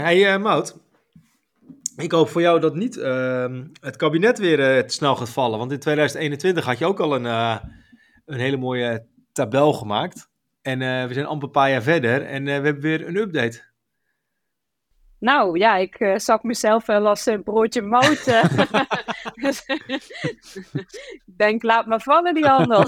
Hey Maud, ik hoop voor jou dat niet het kabinet weer te snel gaat vallen. Want in 2021 had je ook al een hele mooie tabel gemaakt. En we zijn amper een paar jaar verder en we hebben weer een update. Nou ja, ik zag mezelf wel als een broodje mout. Dus, ik denk, laat maar vallen die handel.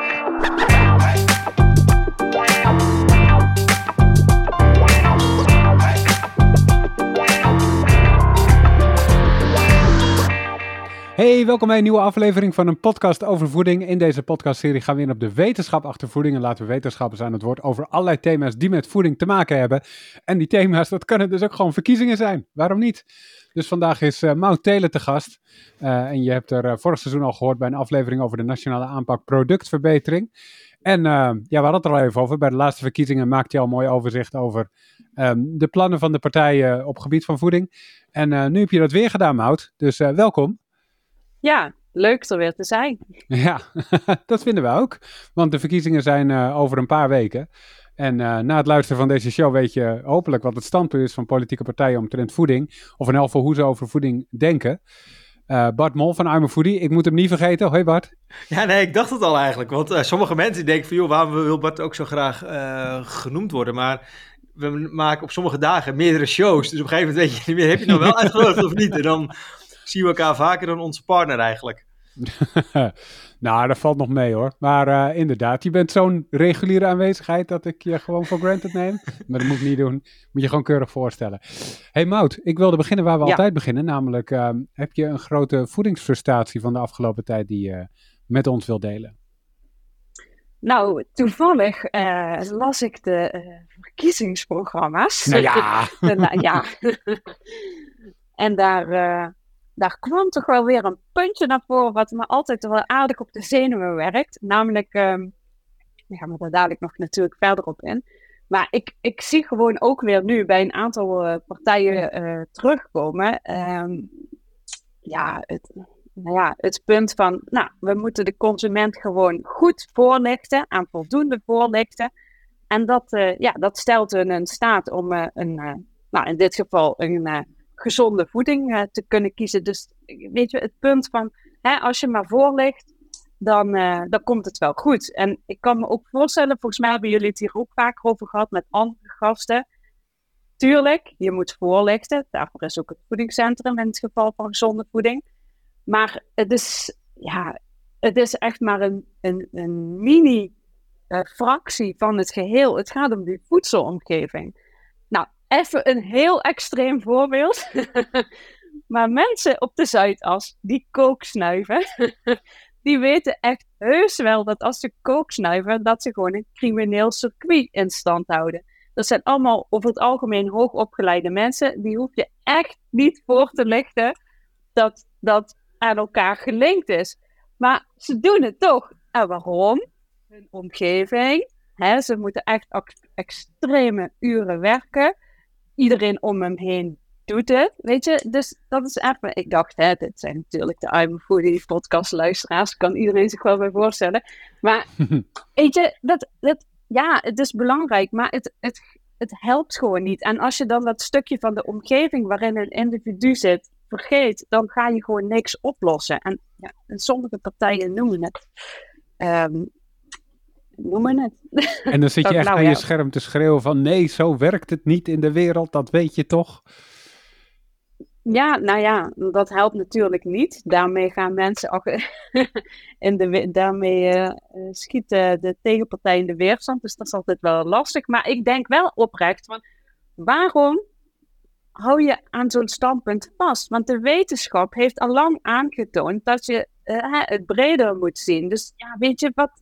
Hey, welkom bij een nieuwe aflevering van een podcast over voeding. In deze podcastserie gaan we in op de wetenschap achter voeding en laten we wetenschappers aan het woord over allerlei thema's die met voeding te maken hebben. En die thema's, dat kunnen dus ook gewoon verkiezingen zijn. Waarom niet? Dus vandaag is Maud Telen te gast. En je hebt er vorig seizoen al gehoord bij een aflevering over de nationale aanpak productverbetering. En we hadden het er al even over. Bij de laatste verkiezingen maakte je al een mooi overzicht over de plannen van de partijen op gebied van voeding. En nu heb je dat weer gedaan, Maud. Dus welkom. Ja, leuk er weer te zijn. Ja, dat vinden we ook. Want de verkiezingen zijn over een paar weken. En na het luisteren van deze show weet je hopelijk wat het standpunt is van politieke partijen omtrent voeding. Of in elk geval hoe ze over voeding denken. Bart Mol van I'm a Foodie, ik moet hem niet vergeten. Hoi Bart. Ja, nee, ik dacht het al eigenlijk. Want sommige mensen denken van, joh, waarom wil Bart ook zo graag genoemd worden? Maar we maken op sommige dagen meerdere shows. Dus op een gegeven moment weet je niet meer, heb je nou wel uitgenodigd of niet? En dan zien we elkaar vaker dan onze partner eigenlijk. Nou, dat valt nog mee hoor. Maar inderdaad, je bent zo'n reguliere aanwezigheid dat ik je gewoon voor granted neem. Maar dat moet ik niet doen. Moet je gewoon keurig voorstellen. Hey Maud, ik wilde beginnen waar we altijd beginnen. Namelijk, heb je een grote voedingsfrustratie van de afgelopen tijd die je met ons wilt delen? Nou, toevallig las ik de verkiezingsprogramma's. Nou ja. Ja. En daar kwam toch wel weer een puntje naar voren wat me altijd wel aardig op de zenuwen werkt. Namelijk, daar gaan we daar dadelijk nog natuurlijk verder op in. Maar ik zie gewoon ook weer nu bij een aantal partijen terugkomen. Het punt van, we moeten de consument gewoon goed voorlichten en voldoende voorlichten. En dat stelt hun in staat om in dit geval een gezonde voeding te kunnen kiezen. Dus weet je, het punt van, als je maar voorligt, dan komt het wel goed. En ik kan me ook voorstellen, volgens mij hebben jullie het hier ook vaker over gehad met andere gasten. Tuurlijk, je moet voorlichten. Daarvoor is ook het voedingscentrum in het geval van gezonde voeding. Maar het is echt maar een mini fractie van het geheel. Het gaat om die voedselomgeving. Nou, even een heel extreem voorbeeld. Maar mensen op de Zuidas die kooksnuiven, die weten echt heus wel dat als ze kooksnuiven, dat ze gewoon een crimineel circuit in stand houden. Dat zijn allemaal over het algemeen hoogopgeleide mensen. Die hoef je echt niet voor te lichten dat aan elkaar gelinkt is. Maar ze doen het toch. En waarom? Hun omgeving. Ze moeten echt extreme uren werken. Iedereen om hem heen doet het. Weet je, dus dat is even... Ik dacht, dit zijn natuurlijk de I'm a Foodie podcastluisteraars. Kan iedereen zich wel bij voorstellen. Maar weet je, het is belangrijk. Maar het helpt gewoon niet. En als je dan dat stukje van de omgeving waarin een individu zit vergeet, dan ga je gewoon niks oplossen. En sommige partijen noemen het. En dan zit je echt aan je scherm te schreeuwen van nee, zo werkt het niet in de wereld, dat weet je toch? Ja, dat helpt natuurlijk niet. Daarmee gaan mensen daarmee schieten de tegenpartij in de weerstand. Dus dat is altijd wel lastig. Maar ik denk wel oprecht, van waarom hou je aan zo'n standpunt vast? Want de wetenschap heeft al lang aangetoond dat je het breder moet zien. Dus ja, weet je wat?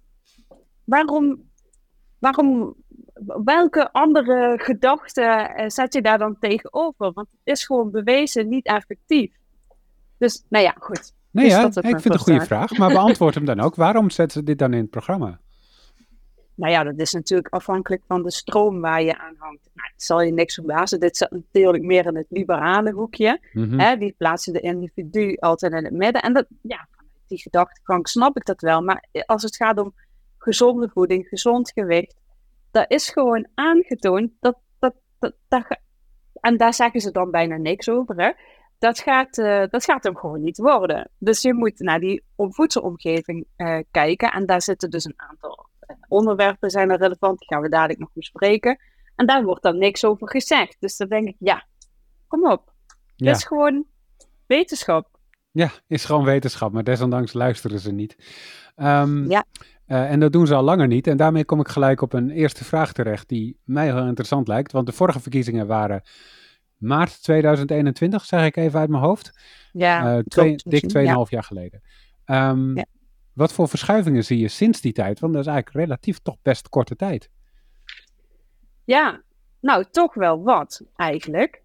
Welke andere gedachten zet je daar dan tegenover? Want het is gewoon bewezen niet effectief. Dus, goed. Nee, ik vind het een goede vraag, maar beantwoord hem dan ook. Waarom zetten ze dit dan in het programma? Nou ja, dat is natuurlijk afhankelijk van de stroom waar je aan hangt. Nou, het zal je niks verbazen. Dit zit natuurlijk meer in het liberale hoekje. Mm-hmm. Die plaatsen de individu altijd in het midden. En vanuit die gedachtegang snap ik dat wel. Maar als het gaat om gezonde voeding, gezond gewicht, dat is gewoon aangetoond dat En daar zeggen ze dan bijna niks over. Hè? Dat gaat hem gewoon niet worden. Dus je moet naar die voedselomgeving kijken. En daar zitten dus een aantal onderwerpen zijn er relevant. Die gaan we dadelijk nog bespreken. En daar wordt dan niks over gezegd. Dus dan denk ik, ja, kom op. Ja. Het is gewoon wetenschap. Ja, is gewoon wetenschap, maar desondanks luisteren ze niet. Ja. En dat doen ze al langer niet. En daarmee kom ik gelijk op een eerste vraag terecht die mij heel interessant lijkt. Want de vorige verkiezingen waren maart 2021, zeg ik even uit mijn hoofd. Ja, dik 2,5 jaar geleden. Wat voor verschuivingen zie je sinds die tijd? Want dat is eigenlijk relatief toch best korte tijd. Ja, nou toch wel wat eigenlijk.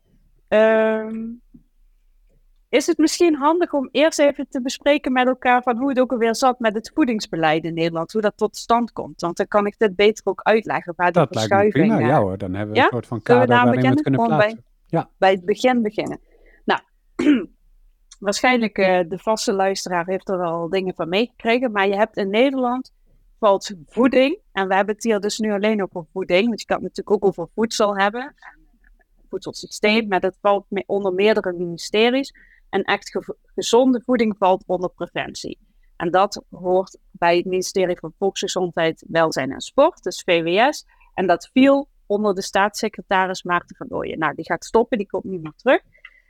Is het misschien handig om eerst even te bespreken met elkaar van hoe het ook alweer zat met het voedingsbeleid in Nederland, hoe dat tot stand komt? Want dan kan ik dit beter ook uitleggen waar de verschuiving... Dat lijkt me prima, ja hoor. Dan hebben we een soort van kader waarin we het kunnen plaatsen. Bij het begin beginnen. Nou, waarschijnlijk de vaste luisteraar heeft er wel dingen van meegekregen, maar je hebt in Nederland valt voeding, en we hebben het hier dus nu alleen over voeding, want je kan het natuurlijk ook over voedsel hebben, en voedselsysteem, maar dat valt onder meerdere ministeries. En echt gezonde voeding valt onder preventie. En dat hoort bij het ministerie van Volksgezondheid, Welzijn en Sport, dus VWS. En dat viel onder de staatssecretaris Maarten van Ooyen. Nou, die gaat stoppen, die komt niet meer terug.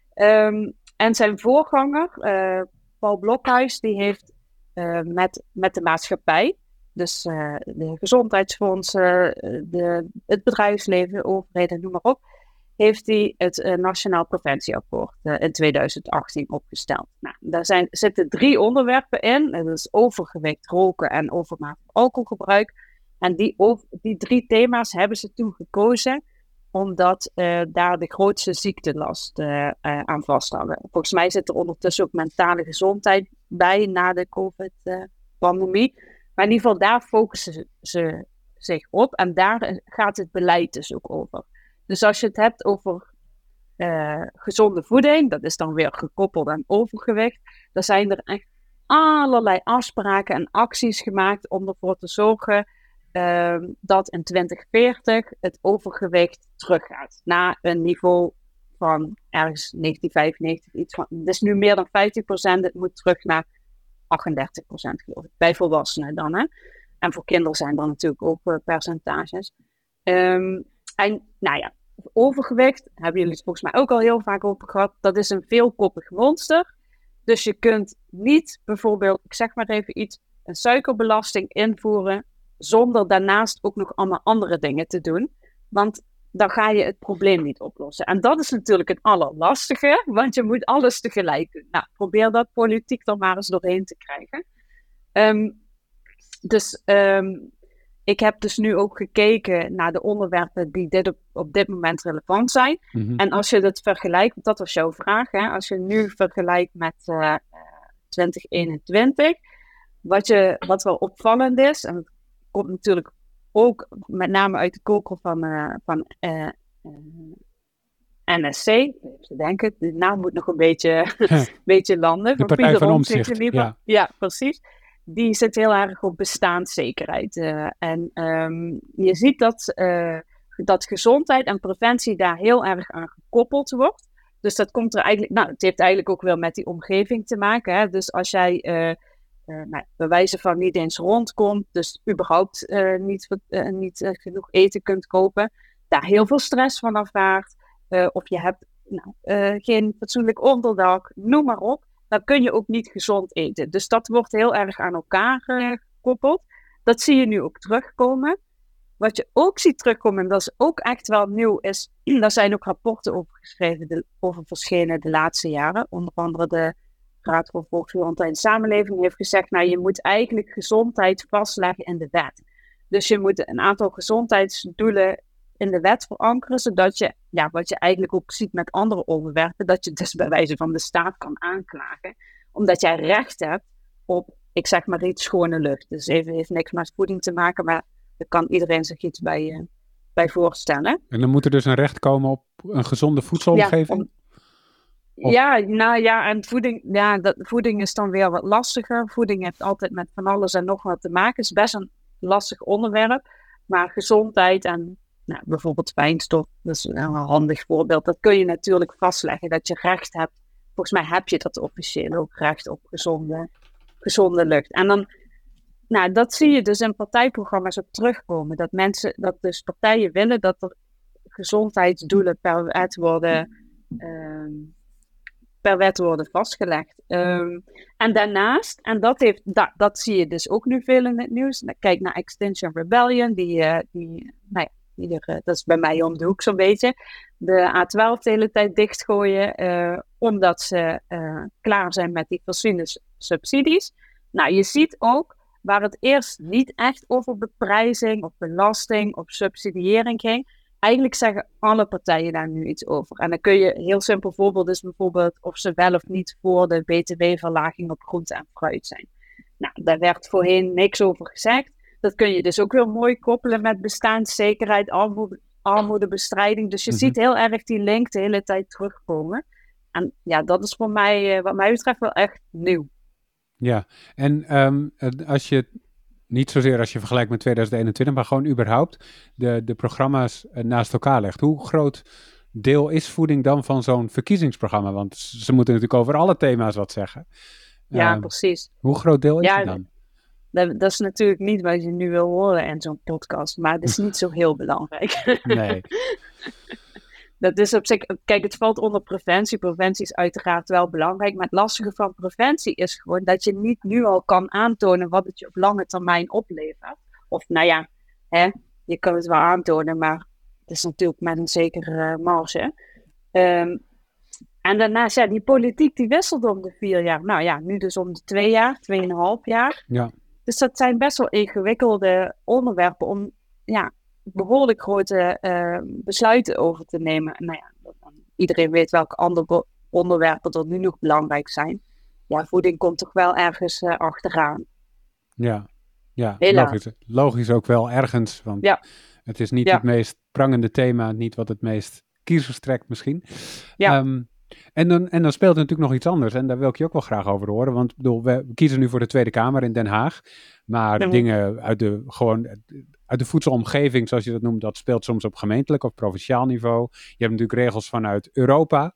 En zijn voorganger, Paul Blokhuis, die heeft met de maatschappij, dus de gezondheidsfondsen, het bedrijfsleven, de overheden, noem maar op, heeft hij het Nationaal Preventieakkoord in 2018 opgesteld. Nou, daar zitten 3 onderwerpen in. Dat is overgewicht, roken en overmatig alcoholgebruik. En die 3 thema's hebben ze toen gekozen, omdat daar de grootste ziektelast aan vasthangen. Volgens mij zit er ondertussen ook mentale gezondheid bij na de COVID-pandemie. Maar in ieder geval, daar focussen ze zich op. En daar gaat het beleid dus ook over. Dus als je het hebt over gezonde voeding, dat is dan weer gekoppeld aan overgewicht. Dan zijn er echt allerlei afspraken en acties gemaakt om ervoor te zorgen dat in 2040 het overgewicht teruggaat. Naar een niveau van ergens 1995. Iets van, het is nu meer dan 50%, het moet terug naar 38% geloof ik. Bij volwassenen dan. Hè? En voor kinderen zijn er natuurlijk ook percentages. En nou ja, overgewicht, hebben jullie het volgens mij ook al heel vaak over gehad, dat is een veelkoppig monster. Dus je kunt niet bijvoorbeeld, ik zeg maar even iets, een suikerbelasting invoeren zonder daarnaast ook nog allemaal andere dingen te doen. Want dan ga je het probleem niet oplossen. En dat is natuurlijk het allerlastige, want je moet alles tegelijk doen. Nou, probeer dat politiek dan maar eens doorheen te krijgen. Ik heb dus nu ook gekeken naar de onderwerpen die op dit moment relevant zijn. Mm-hmm. En als je dat vergelijkt, dat was jouw vraag, hè? Als je nu vergelijkt met 2021, wat wel opvallend is, en dat komt natuurlijk ook met name uit de koker van NSC, even denken, de naam moet nog een beetje landen. De Partij van Omtzigt, ja, precies. Die zit heel erg op bestaanszekerheid. Je ziet dat gezondheid en preventie daar heel erg aan gekoppeld wordt. Dus dat komt er eigenlijk, het heeft eigenlijk ook wel met die omgeving te maken. Hè? Dus als jij bij wijze van niet eens rondkomt, dus überhaupt niet genoeg eten kunt kopen, daar heel veel stress van ervaart, of je hebt geen fatsoenlijk onderdak, noem maar op. Dan kun je ook niet gezond eten. Dus dat wordt heel erg aan elkaar gekoppeld. Dat zie je nu ook terugkomen. Wat je ook ziet terugkomen, en dat is ook echt wel nieuw, is, daar zijn ook rapporten over geschreven, over verschenen de laatste jaren. Onder andere de Raad voor Volksgezondheid en Samenleving heeft gezegd, je moet eigenlijk gezondheid vastleggen in de wet. Dus je moet een aantal gezondheidsdoelen in de wet verankeren, zodat je, wat je eigenlijk ook ziet met andere onderwerpen, dat je dus bij wijze van de staat kan aanklagen, omdat jij recht hebt op, ik zeg maar iets, schone lucht. Dus even heeft niks met voeding te maken, maar daar kan iedereen zich iets bij voorstellen. En dan moet er dus een recht komen op een gezonde voedselomgeving? En voeding is dan weer wat lastiger. Voeding heeft altijd met van alles en nog wat te maken. Het is best een lastig onderwerp, maar gezondheid en Nou, bijvoorbeeld fijnstof, dat is een handig voorbeeld. Dat kun je natuurlijk vastleggen, dat je recht hebt. Volgens mij heb je dat officieel ook, recht op gezonde lucht. En dan, nou, dat zie je dus in partijprogramma's ook terugkomen. Dat dus partijen willen dat er gezondheidsdoelen per wet worden vastgelegd. En daarnaast, en dat zie je dus ook nu veel in het nieuws. Kijk naar Extinction Rebellion, dat is bij mij om de hoek zo'n beetje. De A12 de hele tijd dichtgooien, omdat ze klaar zijn met die fossiele subsidies. Nou, je ziet ook waar het eerst niet echt over beprijzing of belasting of subsidiëring ging. Eigenlijk zeggen alle partijen daar nu iets over. En dan kun je, heel simpel voorbeeld is bijvoorbeeld of ze wel of niet voor de btw-verlaging op groente en fruit zijn. Nou, daar werd voorheen niks over gezegd. Dat kun je dus ook weer mooi koppelen met bestaanszekerheid, armoedebestrijding. Dus je ziet heel erg die link de hele tijd terugkomen. En ja, dat is voor mij, wat mij betreft, wel echt nieuw. Ja, en als je vergelijkt met 2021, maar gewoon überhaupt de programma's naast elkaar legt. Hoe groot deel is voeding dan van zo'n verkiezingsprogramma? Want ze moeten natuurlijk over alle thema's wat zeggen. Ja, precies. Hoe groot deel is het dan? Dat is natuurlijk niet wat je nu wil horen in zo'n podcast, maar het is niet zo heel belangrijk. Nee. Dat is op zich, kijk, het valt onder preventie. Preventie is uiteraard wel belangrijk, maar het lastige van preventie is gewoon dat je niet nu al kan aantonen wat het je op lange termijn oplevert. Of nou ja, je kan het wel aantonen, maar het is natuurlijk met een zekere marge. En daarnaast, ja, die politiek die wisselt om de 4 jaar. Nou ja, nu dus om de 2 jaar, 2,5 jaar. Ja. Dus dat zijn best wel ingewikkelde onderwerpen om behoorlijk grote besluiten over te nemen. Nou ja, iedereen weet welke andere onderwerpen er nu nog belangrijk zijn. Ja, voeding komt toch wel ergens achteraan. Ja, logisch ook wel ergens, want het is niet het meest prangende thema, niet wat het meest kiezers trekt misschien. Ja. En dan speelt er natuurlijk nog iets anders. En daar wil ik je ook wel graag over horen. Want we kiezen nu voor de Tweede Kamer in Den Haag. Maar dingen uit de voedselomgeving, zoals je dat noemt, dat speelt soms op gemeentelijk of provinciaal niveau. Je hebt natuurlijk regels vanuit Europa.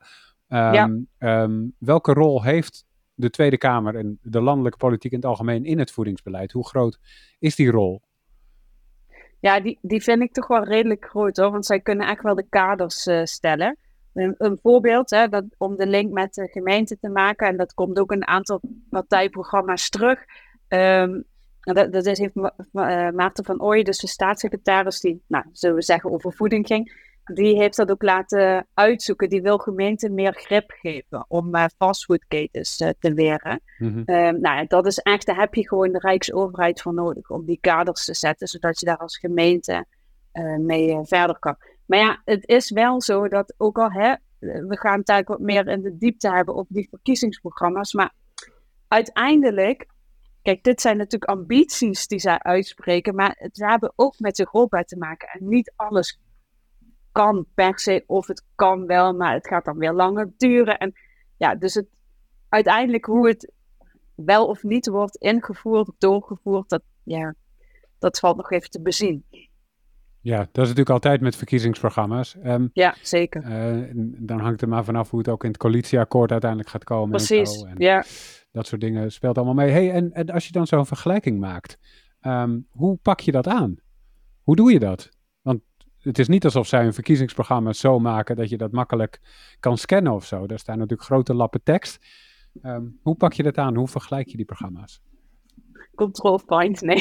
Welke rol heeft de Tweede Kamer en de landelijke politiek in het algemeen in het voedingsbeleid? Hoe groot is die rol? Ja, die vind ik toch wel redelijk groot hoor. Want zij kunnen echt wel de kaders stellen. Een voorbeeld, om de link met de gemeente te maken. En dat komt ook in een aantal partijprogramma's terug. Dat heeft Maarten van Ooyen, dus de staatssecretaris die, zullen we zeggen, over voeding ging. Die heeft dat ook laten uitzoeken. Die wil gemeenten meer grip geven om fastfoodketens te weren. Dat is echt, daar heb je gewoon de Rijksoverheid voor nodig om die kaders te zetten, zodat je daar als gemeente mee verder kan. Maar ja, het is wel zo dat ook al, we gaan het eigenlijk wat meer in de diepte hebben op die verkiezingsprogramma's, maar uiteindelijk, kijk, dit zijn natuurlijk ambities die zij uitspreken, maar het hebben ook met de grondwet te maken. En niet alles kan per se, of het kan wel, maar het gaat dan weer langer duren. En ja, dus uiteindelijk hoe het wel of niet wordt ingevoerd, doorgevoerd, dat valt nog even te bezien. Ja, dat is natuurlijk altijd met verkiezingsprogramma's. Ja, zeker. Dan hangt er maar vanaf hoe het ook in het coalitieakkoord uiteindelijk gaat komen. Precies, en zo. En ja. Dat soort dingen speelt allemaal mee. Hey, en als je dan zo'n vergelijking maakt, hoe pak je dat aan? Hoe doe je dat? Want het is niet alsof zij een verkiezingsprogramma zo maken dat je dat makkelijk kan scannen of zo. Daar staan natuurlijk grote lappen tekst. Hoe pak je dat aan? Hoe vergelijk je die programma's? Control Find, nee.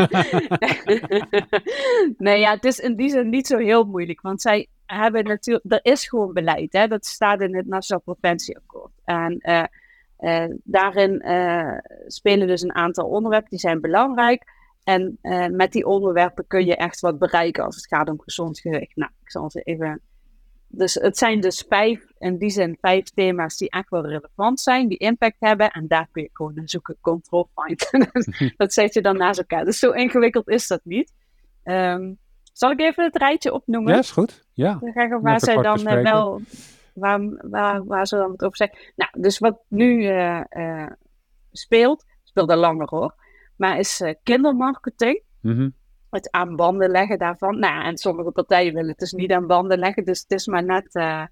Nee, ja, het is in die zin niet zo heel moeilijk. Want zij hebben natuurlijk, er is gewoon beleid. Dat staat in het Nationaal Preventieakkoord. En daarin spelen dus een aantal onderwerpen die zijn belangrijk. En met die onderwerpen kun je echt wat bereiken als het gaat om gezond gewicht. Nou, ik zal het even. Dus het zijn dus 5 thema's die echt wel relevant zijn, die impact hebben. En daar kun je gewoon naar zoeken, control find. Dat zet je dan naast elkaar. Dus zo ingewikkeld is dat niet. Zal ik even het rijtje opnoemen? Ja, is goed. Ja. Waar zij dan wel, waar ze dan het over zeggen. Nou, dus wat nu speelt al langer hoor, maar is kindermarketing. het aan banden leggen daarvan. Nou, en sommige partijen willen het dus niet aan banden leggen. Dus het is maar net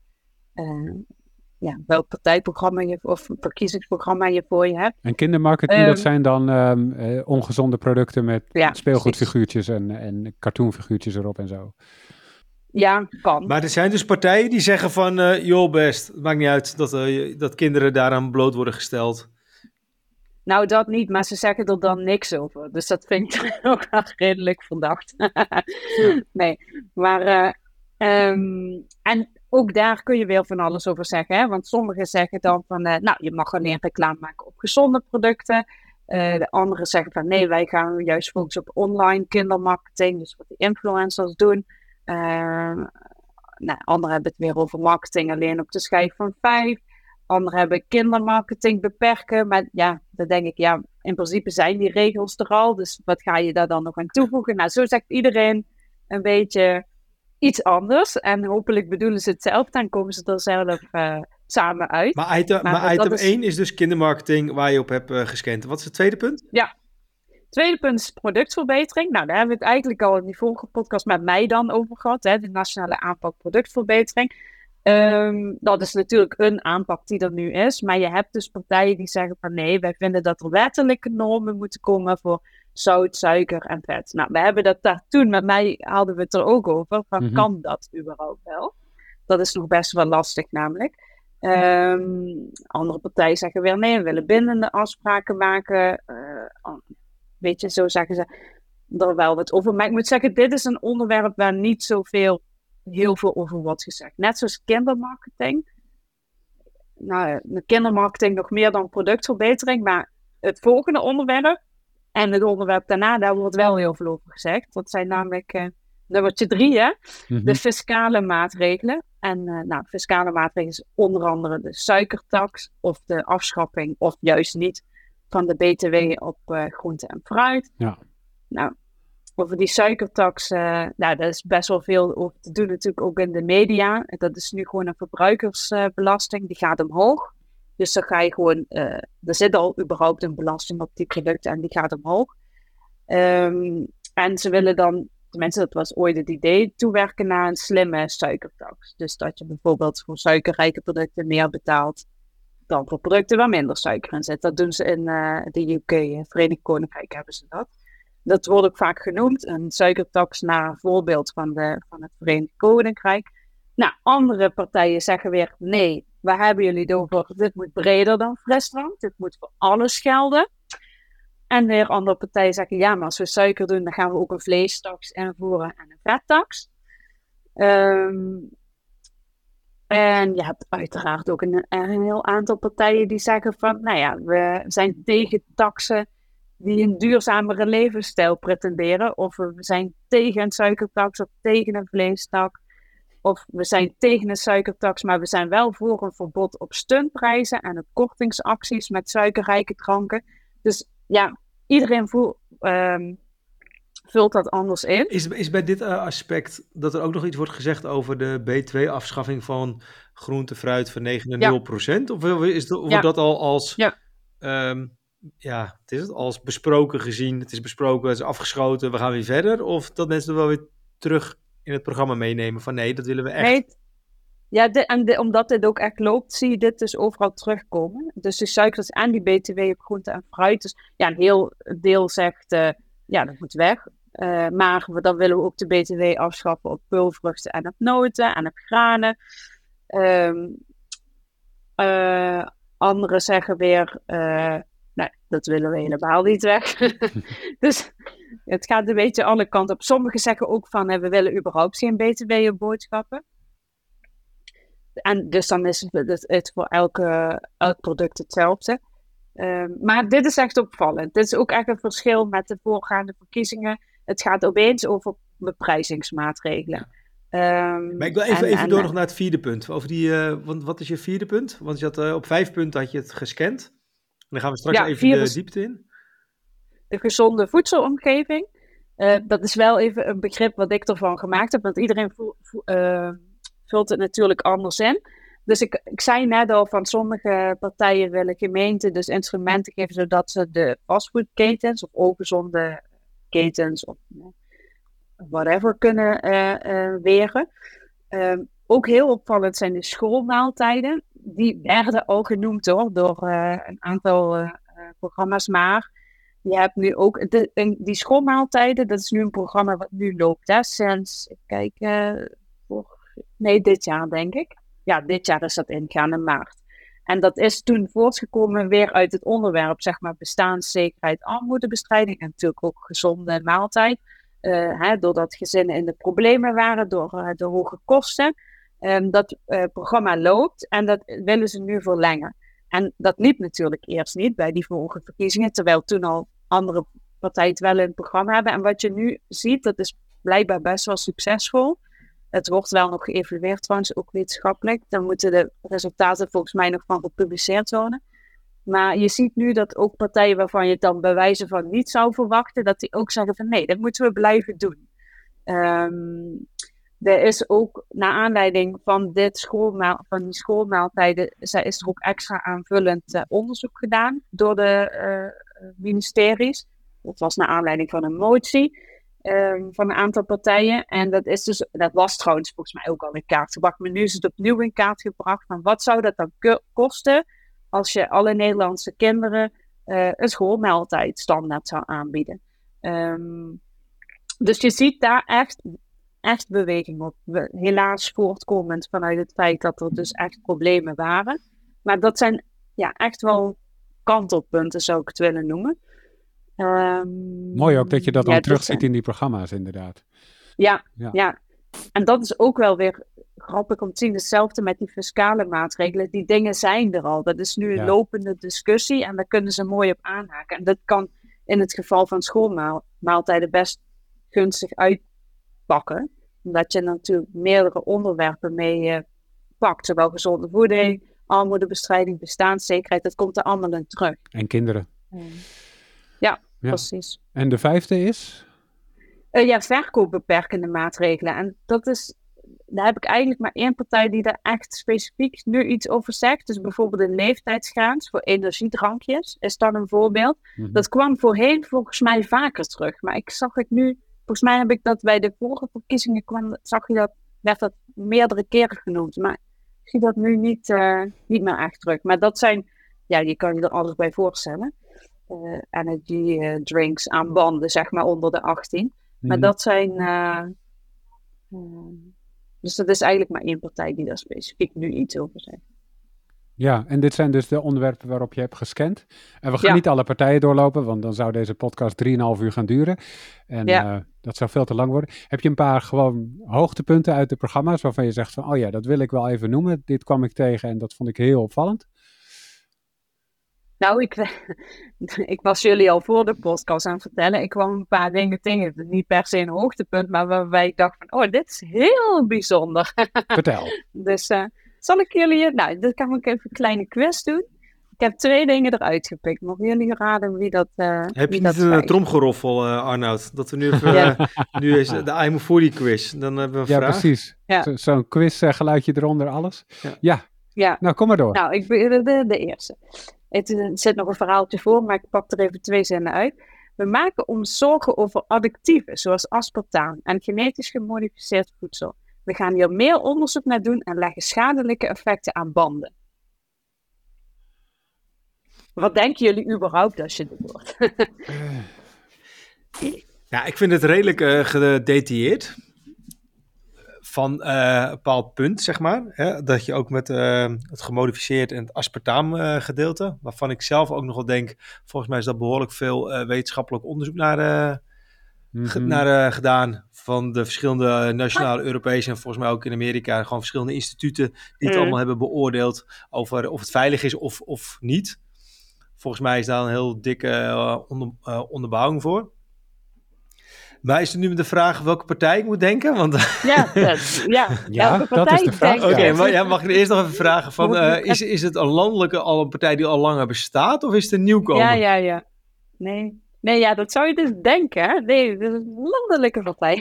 welk partijprogramma of verkiezingsprogramma je voor je hebt. En kindermarketing, dat zijn dan ongezonde producten met speelgoedfiguurtjes en cartoonfiguurtjes erop en zo. Ja, kan. Maar er zijn dus partijen die zeggen van, joh best, het maakt niet uit dat kinderen daaraan bloot worden gesteld. Nou, dat niet, maar ze zeggen er dan niks over. Dus dat vind ik ook wel redelijk verdacht. Nee, maar... en ook daar kun je weer van alles over zeggen. Hè? Want sommigen zeggen dan van... je mag alleen reclame maken op gezonde producten. De anderen zeggen van... nee, wij gaan juist focussen op online kindermarketing. Dus wat de influencers doen. Anderen hebben het weer over marketing alleen op de schijf van 5. Anderen hebben kindermarketing beperken. Maar ja, dan denk ik... ja, in principe zijn die regels er al. Dus wat ga je daar dan nog aan toevoegen? Nou, zo zegt iedereen een beetje... iets anders. En hopelijk bedoelen ze hetzelfde. En komen ze er zelf samen uit. Maar item 1 is dus kindermarketing waar je op hebt gescand. Wat is het tweede punt? Ja. Tweede punt is productverbetering. Nou, daar hebben we het eigenlijk al in die vorige podcast met mij dan over gehad. Hè? De nationale aanpak productverbetering. Dat is natuurlijk een aanpak die er nu is. Maar je hebt dus partijen die zeggen van nee, wij vinden dat er wettelijke normen moeten komen voor zout, suiker en vet. Nou, we hebben dat daar toen met mij hadden we het er ook over. Van kan dat überhaupt wel? Dat is nog best wel lastig namelijk. Andere partijen zeggen weer nee, we willen bindende afspraken maken. Weet je, zo zeggen ze er wel wat over. Maar ik moet zeggen, dit is een onderwerp waar niet heel veel over wordt gezegd. Net zoals kindermarketing. Nou, de kindermarketing nog meer dan productverbetering. Maar het volgende onderwerp en het onderwerp daarna, daar wordt wel heel veel over gezegd. Dat zijn namelijk nummertje 3, hè? De fiscale maatregelen. En fiscale maatregelen is onder andere de suikertax of de afschaffing of juist niet van de BTW op groente en fruit. Ja. Nou, over die suikertax, daar is best wel veel over te doen natuurlijk ook in de media. Dat is nu gewoon een verbruikersbelasting, die gaat omhoog. Dus dan ga je gewoon, er zit al überhaupt een belasting op die producten en die gaat omhoog. En ze willen dan, tenminste dat was ooit het idee, toewerken naar een slimme suikertax. Dus dat je bijvoorbeeld voor suikerrijke producten meer betaalt dan voor producten waar minder suiker in zit. Dat doen ze in de UK, in het Verenigd Koninkrijk hebben ze dat. Dat wordt ook vaak genoemd, een suikertax naar voorbeeld van het Verenigd Koninkrijk. Nou, andere partijen zeggen weer, nee, waar hebben jullie het over? Dit moet breder dan frisdrank, dit moet voor alles gelden. En weer andere partijen zeggen, ja, maar als we suiker doen, dan gaan we ook een vleestax invoeren en een vettax. En je hebt uiteraard ook een heel aantal partijen die zeggen van, nou ja, we zijn tegen taxen die een duurzamere levensstijl pretenderen. Of we zijn tegen een suikertax of tegen een vleestax. Of we zijn tegen een suikertax, maar we zijn wel voor een verbod op stuntprijzen en op kortingsacties met suikerrijke dranken. Dus ja, iedereen vult dat anders in. Is bij dit aspect dat er ook nog iets wordt gezegd over de B2-afschaffing van groente, fruit van 9 naar 0%? Of wordt dat al als... het is het als besproken gezien, het is besproken, het is afgeschoten, we gaan weer verder? Of dat mensen er wel weer terug in het programma meenemen van nee, dat willen we echt? Nee, omdat dit ook echt loopt, zie je dit dus overal terugkomen. Dus de suikers en die BTW op groente en fruit. Dus ja, een heel deel zegt, dat moet weg. Maar dan willen we ook de BTW afschaffen op peulvruchten en op noten en op granen. Anderen zeggen weer, nee, dat willen we helemaal niet weg. Dus het gaat een beetje alle kanten op. Sommigen zeggen ook van, we willen überhaupt geen BTW op boodschappen. En dus dan is het voor elk product hetzelfde. Maar dit is echt opvallend. Dit is ook echt een verschil met de voorgaande verkiezingen. Het gaat opeens over beprijzingsmaatregelen. Maar ik wil even door nog naar het vierde punt. Over want wat is je vierde punt? Want je had, op 5 punten had je het gescand. En dan gaan we straks even de diepte in. De gezonde voedselomgeving. Dat is wel even een begrip wat ik ervan gemaakt heb. Want iedereen vult het natuurlijk anders in. Dus ik zei net al, van sommige partijen willen gemeenten dus instrumenten geven zodat ze de fastfoodketens of ongezonde ketens of whatever kunnen weren. Ook heel opvallend zijn de schoolmaaltijden. Die werden al genoemd door een aantal programma's, maar je hebt nu ook die schoolmaaltijden. Dat is nu een programma wat nu loopt, hè, sinds, dit jaar denk ik. Ja, dit jaar is dat ingegaan in maart. En dat is toen voortgekomen weer uit het onderwerp, zeg maar, bestaanszekerheid, armoedebestrijding en natuurlijk ook gezonde maaltijd. Doordat gezinnen in de problemen waren, door de hoge kosten. Dat programma loopt en dat willen ze nu verlengen. En dat liep natuurlijk eerst niet bij die vorige verkiezingen, terwijl toen al andere partijen het wel in het programma hebben. En wat je nu ziet, dat is blijkbaar best wel succesvol. Het wordt wel nog geëvalueerd trouwens, ook wetenschappelijk. Dan moeten de resultaten volgens mij nog van gepubliceerd worden. Maar je ziet nu dat ook partijen waarvan je het dan bij wijze van niet zou verwachten, dat die ook zeggen van nee, dat moeten we blijven doen. Er is ook, naar aanleiding van die schoolmaaltijden, is er ook extra aanvullend onderzoek gedaan door de ministeries. Dat was naar aanleiding van een motie van een aantal partijen. En dat was trouwens volgens mij ook al in kaart gebracht. Maar nu is het opnieuw in kaart gebracht van wat zou dat dan kosten als je alle Nederlandse kinderen een schoolmaaltijd standaard zou aanbieden. Dus je ziet daar echt beweging op. Helaas voortkomend vanuit het feit dat er dus echt problemen waren. Maar dat zijn echt wel kantelpunten, zou ik het willen noemen. Mooi ook dat je dat dan terugziet in die programma's, inderdaad. Ja. En dat is ook wel weer grappig om te zien. Hetzelfde met die fiscale maatregelen. Die dingen zijn er al. Dat is nu een lopende discussie en daar kunnen ze mooi op aanhaken. En dat kan in het geval van schoolmaaltijden best gunstig uitpakken. Omdat je natuurlijk meerdere onderwerpen mee pakt. Zowel gezonde voeding, armoedebestrijding, bestaanszekerheid. Dat komt er allemaal in terug. En kinderen. Ja, precies. En de 5e is? Verkoopbeperkende maatregelen. En daar heb ik eigenlijk maar één partij die daar echt specifiek nu iets over zegt. Dus bijvoorbeeld een leeftijdsgrens voor energiedrankjes is dan een voorbeeld. Mm-hmm. Dat kwam voorheen volgens mij vaker terug. Maar volgens mij heb ik dat bij de vorige verkiezingen werd dat meerdere keren genoemd. Maar ik zie dat nu niet meer echt terug. Maar dat zijn, je kan je er alles bij voorstellen. Energy drinks aan banden, zeg maar, onder de 18. Maar dat zijn... dus dat is eigenlijk maar één partij die daar specifiek nu iets over zegt. Ja, en dit zijn dus de onderwerpen waarop je hebt gescand. En we gaan niet alle partijen doorlopen, want dan zou deze podcast 3,5 uur gaan duren. En dat zou veel te lang worden. Heb je een paar gewoon hoogtepunten uit de programma's waarvan je zegt van, dat wil ik wel even noemen. Dit kwam ik tegen en dat vond ik heel opvallend. Nou, ik was jullie al voor de podcast aan het vertellen. Ik kwam een paar dingen tegen. Niet per se een hoogtepunt, maar waarbij ik dacht van, dit is heel bijzonder. Vertel. Dus zal ik jullie... dan kan ik even een kleine quiz doen. Ik heb 2 dingen eruit gepikt. Mogen jullie raden wie dat Heb je niet een tromgeroffel, Arnoud? Dat we nu even... nu is de I'm a Foodie quiz. Dan hebben we een vraag. Precies. Ja. Zo'n quiz geluidje eronder, alles. Ja. Nou, kom maar door. Nou, ik begin de eerste. Er zit nog een verhaaltje voor, maar ik pak er even 2 zinnen uit. We maken ons zorgen over additieven, zoals aspartaam en genetisch gemodificeerd voedsel. We gaan hier meer onderzoek naar doen en leggen schadelijke effecten aan banden. Wat denken jullie überhaupt als je dit hoort? Ik vind het redelijk gedetailleerd. Van een bepaald punt, zeg maar. Hè? Dat je ook met het gemodificeerd en het aspartaam gedeelte, waarvan ik zelf ook nog wel denk, volgens mij is dat behoorlijk veel wetenschappelijk onderzoek naar gedaan van de verschillende nationale, Europese en volgens mij ook in Amerika, gewoon verschillende instituten die het allemaal hebben beoordeeld over of het veilig is of niet. Volgens mij is daar een heel dikke onderbouwing voor. Maar is het nu de vraag welke partij ik moet denken? Want... welke partij dat is de vraag. Oké, maar mag ik eerst nog even vragen van, is het een partij die al langer bestaat of is het een nieuwkomer? Ja. Nee, dat zou je dus denken. Hè? Nee, het is een landelijke partij.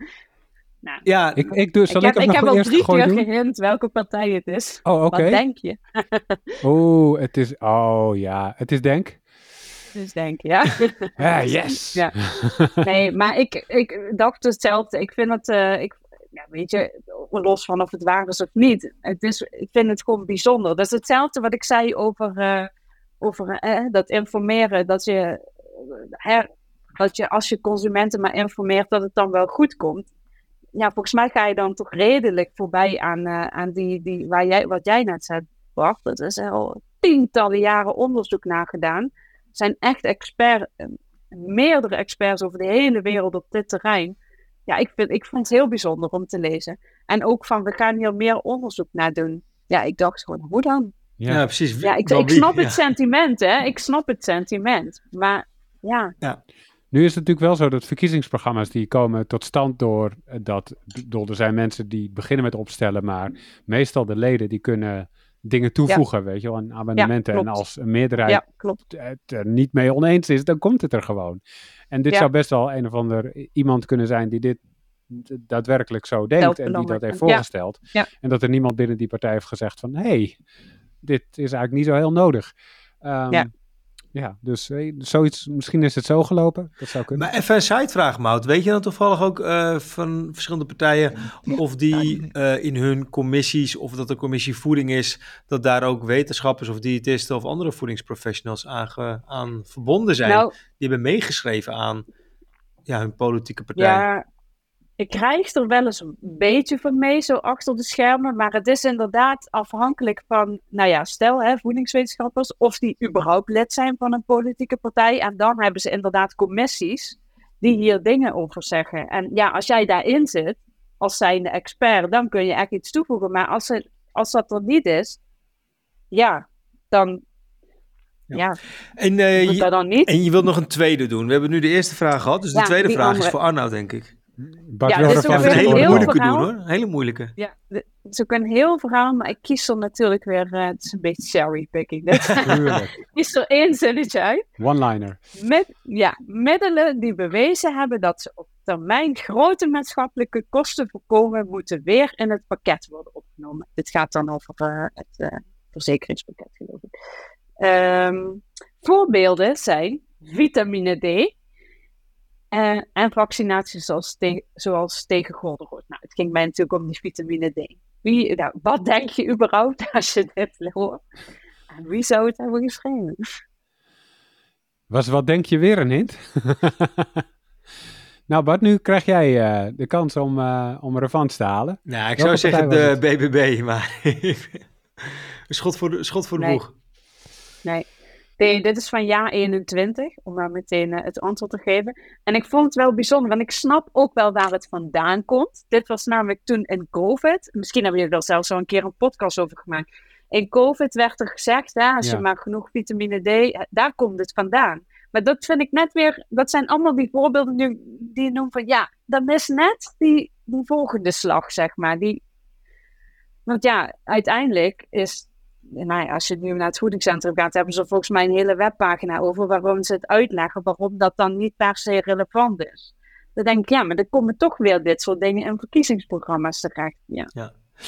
Ik heb al 3 keer gehint welke partij het is. Oh, oké. Wat denk je? Het is Denk. Dus denk ik, ja. Yes! Ja. Nee, maar ik dacht hetzelfde. Ik vind het, weet je, los van of het waar is of niet. Ik vind het gewoon bijzonder. Dat is hetzelfde wat ik zei over dat informeren. Dat je als je consumenten maar informeert, dat het dan wel goed komt. Ja, volgens mij ga je dan toch redelijk voorbij aan wat jij net zei, Bart. Dat is al tientallen jaren onderzoek naar gedaan. Er zijn echt meerdere experts over de hele wereld op dit terrein. Ja, ik vond het heel bijzonder om te lezen. En ook we gaan hier meer onderzoek naar doen. Ja, ik dacht gewoon, hoe dan? Ja, precies. Ja, ik snap het sentiment, hè. Ik snap het sentiment. Maar ja. Nu is het natuurlijk wel zo dat verkiezingsprogramma's die komen tot stand door er zijn mensen die beginnen met opstellen, maar meestal de leden die kunnen dingen toevoegen, weet je wel, aan amendementen. En als een meerderheid het er niet mee oneens is, dan komt het er gewoon. En dit zou best wel een of ander iemand kunnen zijn die dit daadwerkelijk zo denkt en die dat heeft voorgesteld. Ja. En dat er niemand binnen die partij heeft gezegd van, hey, dit is eigenlijk niet zo heel nodig. Ja, dus zoiets, misschien is het zo gelopen. Dat zou kunnen. Maar even een sidevraag, Maud. Weet je dan toevallig ook van verschillende partijen of die in hun commissies, of dat een commissie voeding is, dat daar ook wetenschappers of diëtisten of andere voedingsprofessionals aan verbonden zijn? Nou, die hebben meegeschreven aan hun politieke partij. Ja, ik krijg er wel eens een beetje van mee, zo achter de schermen. Maar het is inderdaad afhankelijk van, stel voedingswetenschappers, of die überhaupt lid zijn van een politieke partij. En dan hebben ze inderdaad commissies die hier dingen over zeggen. En ja, als jij daarin zit, als zijnde expert, dan kun je echt iets toevoegen. Maar als dat er niet is, dan... Ja, en je wilt nog een tweede doen. We hebben nu de eerste vraag gehad, dus de tweede vraag is voor Arnoud, denk ik. Bart wil een hele moeilijke doen, hoor. Een hele moeilijke. Ja, het is ook een heel verhaal, maar ik kies er natuurlijk weer... het is een beetje cherrypicking. Ik kies er één zinnetje uit. One-liner. Middelen die bewezen hebben dat ze op termijn grote maatschappelijke kosten voorkomen, moeten weer in het pakket worden opgenomen. Dit gaat dan over het verzekeringspakket, geloof ik. Voorbeelden zijn vitamine D en vaccinaties zoals tegen gordelrood. Nou, het ging mij natuurlijk om die vitamine D. Wat denk je überhaupt als je dit hoort? En wie zou het hebben geschreven? Wat denk je weer een hint? Nou Bart, nu krijg jij de kans om revanche te halen. Nou, ik zou zeggen de BBB, maar schot voor de boeg. Nee, dit is van jaar 21, om maar meteen het antwoord te geven. En ik vond het wel bijzonder, want ik snap ook wel waar het vandaan komt. Dit was namelijk toen in COVID. Misschien hebben jullie er zelfs al een keer een podcast over gemaakt. In COVID werd er gezegd, als je maar genoeg vitamine D, daar komt het vandaan. Maar dat vind ik net weer, dat zijn allemaal die voorbeelden die je noemt van, dat is net die volgende slag, zeg maar. Want uiteindelijk is... als je nu naar het voedingscentrum gaat, hebben ze volgens mij een hele webpagina over waarom ze het uitleggen, waarom dat dan niet per se relevant is. Dan denk ik, maar dan komen toch weer dit soort dingen in verkiezingsprogramma's terecht. Ja.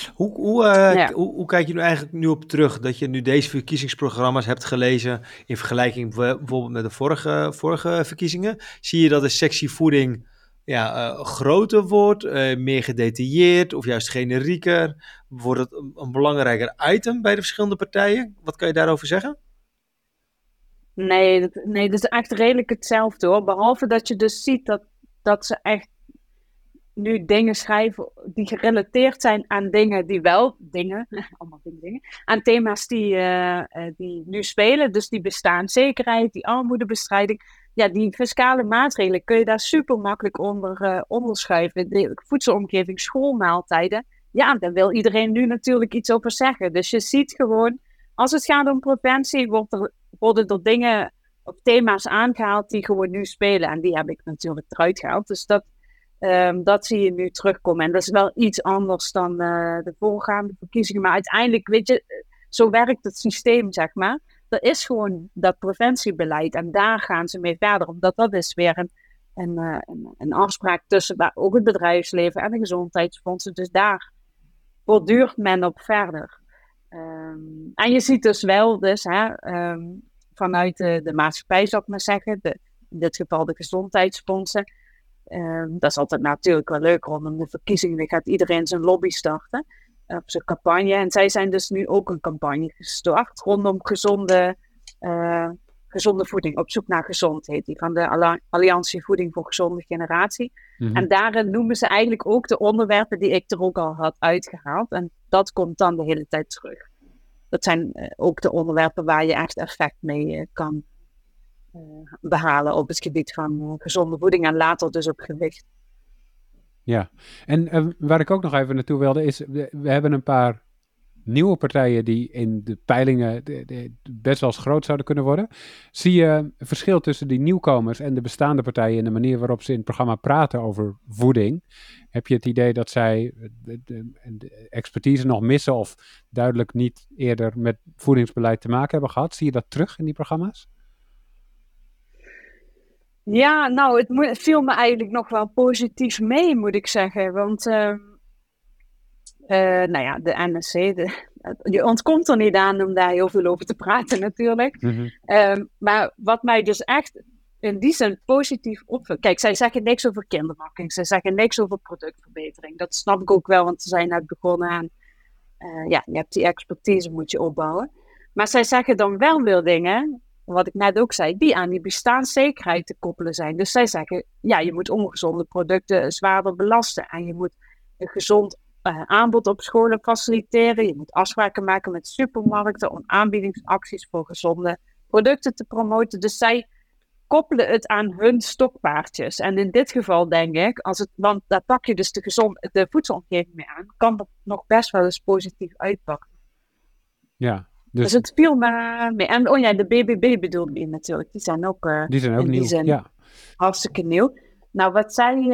Hoe kijk je nu eigenlijk nu op terug, dat je nu deze verkiezingsprogramma's hebt gelezen in vergelijking bijvoorbeeld met de vorige verkiezingen? Zie je dat de sectie voeding groter wordt, meer gedetailleerd of juist generieker? Wordt het een belangrijker item bij de verschillende partijen? Wat kan je daarover zeggen? Nee, dat is echt redelijk hetzelfde, hoor. Behalve dat je dus ziet dat ze echt nu dingen schrijven die gerelateerd zijn aan allemaal dingen, aan thema's die nu spelen. Dus die bestaanszekerheid, die armoedebestrijding. Ja, die fiscale maatregelen kun je daar super makkelijk onderschuiven. De voedselomgeving, schoolmaaltijden. Ja, daar wil iedereen nu natuurlijk iets over zeggen. Dus je ziet gewoon, als het gaat om preventie, worden er dingen of thema's aangehaald die gewoon nu spelen. En die heb ik natuurlijk eruit gehaald. Dus dat zie je nu terugkomen. En dat is wel iets anders dan de voorgaande verkiezingen. Maar uiteindelijk, weet je, zo werkt het systeem, zeg maar. Er is gewoon dat preventiebeleid en daar gaan ze mee verder. Omdat dat is weer een afspraak tussen ook het bedrijfsleven en de gezondheidsfondsen. Dus daar borduurt men op verder. En je ziet dus wel, vanuit de maatschappij, zou ik maar zeggen. In dit geval de gezondheidsfondsen. Dat is altijd natuurlijk wel leuk. Rondom de verkiezingen dan gaat iedereen zijn lobby starten. Op zijn campagne. En zij zijn dus nu ook een campagne gestart rondom gezonde voeding. Op zoek naar gezondheid. Die van de Alliantie Voeding voor Gezonde Generatie. Mhm. En daarin noemen ze eigenlijk ook de onderwerpen die ik er ook al had uitgehaald. En dat komt dan de hele tijd terug. Dat zijn ook de onderwerpen waar je echt effect mee kan behalen op het gebied van gezonde voeding en later dus op gewicht. Ja, en waar ik ook nog even naartoe wilde is, we hebben een paar nieuwe partijen die in de peilingen best wel eens groot zouden kunnen worden. Zie je een verschil tussen die nieuwkomers en de bestaande partijen in de manier waarop ze in het programma praten over voeding? Heb je het idee dat zij de expertise nog missen of duidelijk niet eerder met voedingsbeleid te maken hebben gehad? Zie je dat terug in die programma's? Ja, nou, het viel me eigenlijk nog wel positief mee, moet ik zeggen. Want, nou ja, de NSC, je ontkomt er niet aan om daar heel veel over te praten natuurlijk. Mhm. Maar wat mij dus echt in die zin positief opviel. Kijk, zij zeggen niks over kindermarketing. Zij zeggen niks over productverbetering. Dat snap ik ook wel, want ze zijn net begonnen aan... ja, je hebt die expertise, moet je opbouwen. Maar zij zeggen dan wel weer dingen, wat ik net ook zei, die aan die bestaanszekerheid te koppelen zijn. Dus zij zeggen, ja, je moet ongezonde producten zwaarder belasten. En je moet een gezond aanbod op scholen faciliteren. Je moet afspraken maken met supermarkten om aanbiedingsacties voor gezonde producten te promoten. Dus zij koppelen het aan hun stokpaardjes. En in dit geval denk ik, want daar pak je dus de voedselomgeving mee aan, kan dat nog best wel eens positief uitpakken. Ja, Dus het viel me mee. En oh ja, de BBB bedoelde je natuurlijk. Die zijn ook, in nieuw. die zin Ja. hartstikke nieuw. Nou, wat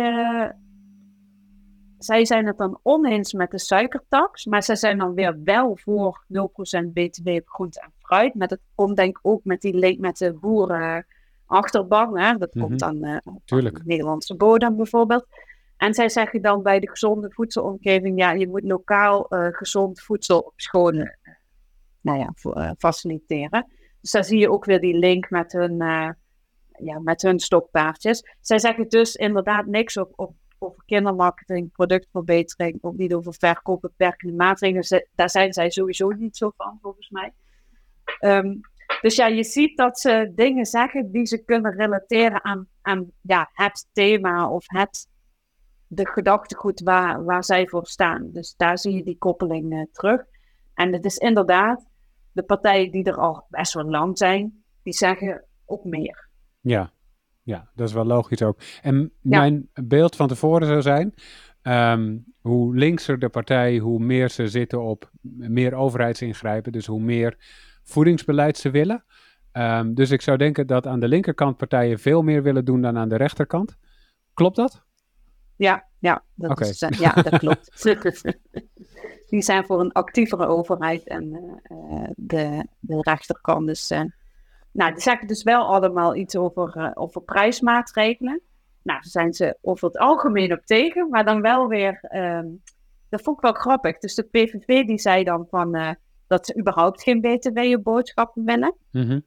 zij zijn het dan oneens met de suikertax, maar zij zijn dan weer wel voor 0% BTW op groente en fruit. Maar dat komt denk ik ook met die link met de boerenachterban. Hè? Dat komt dan Tuurlijk. van Nederlandse bodem bijvoorbeeld. En zij zeggen dan bij de gezonde voedselomgeving, ja, je moet lokaal gezond voedsel op scholen faciliteren. Dus daar zie je ook weer die link met hun stokpaardjes. Zij zeggen dus inderdaad niks over kindermarketing, productverbetering, ook niet over verkoop, beperkende maatregelen. Daar zijn zij sowieso niet zo van, volgens mij. Dus ja, je ziet dat ze dingen zeggen die ze kunnen relateren aan het thema of de gedachtegoed waar zij voor staan. Dus daar zie je die koppeling terug. En het is inderdaad, de partijen die er al best wel lang zijn, die zeggen ook meer. Ja, dat is wel logisch ook. En mijn beeld van tevoren zou zijn, hoe linkser de partij, hoe meer ze zitten op meer overheidsingrijpen, dus hoe meer voedingsbeleid ze willen. Dus ik zou denken dat aan de linkerkant partijen veel meer willen doen dan aan de rechterkant. Klopt dat? Ja, dat klopt. Die zijn voor een actievere overheid en de rechterkant dus... die zeggen dus wel allemaal iets over prijsmaatregelen. Nou, daar zijn ze over het algemeen op tegen, maar dan wel weer... dat vond ik wel grappig. Dus de PVV die zei dan van dat ze überhaupt geen BTW op boodschappen willen. Mm-hmm.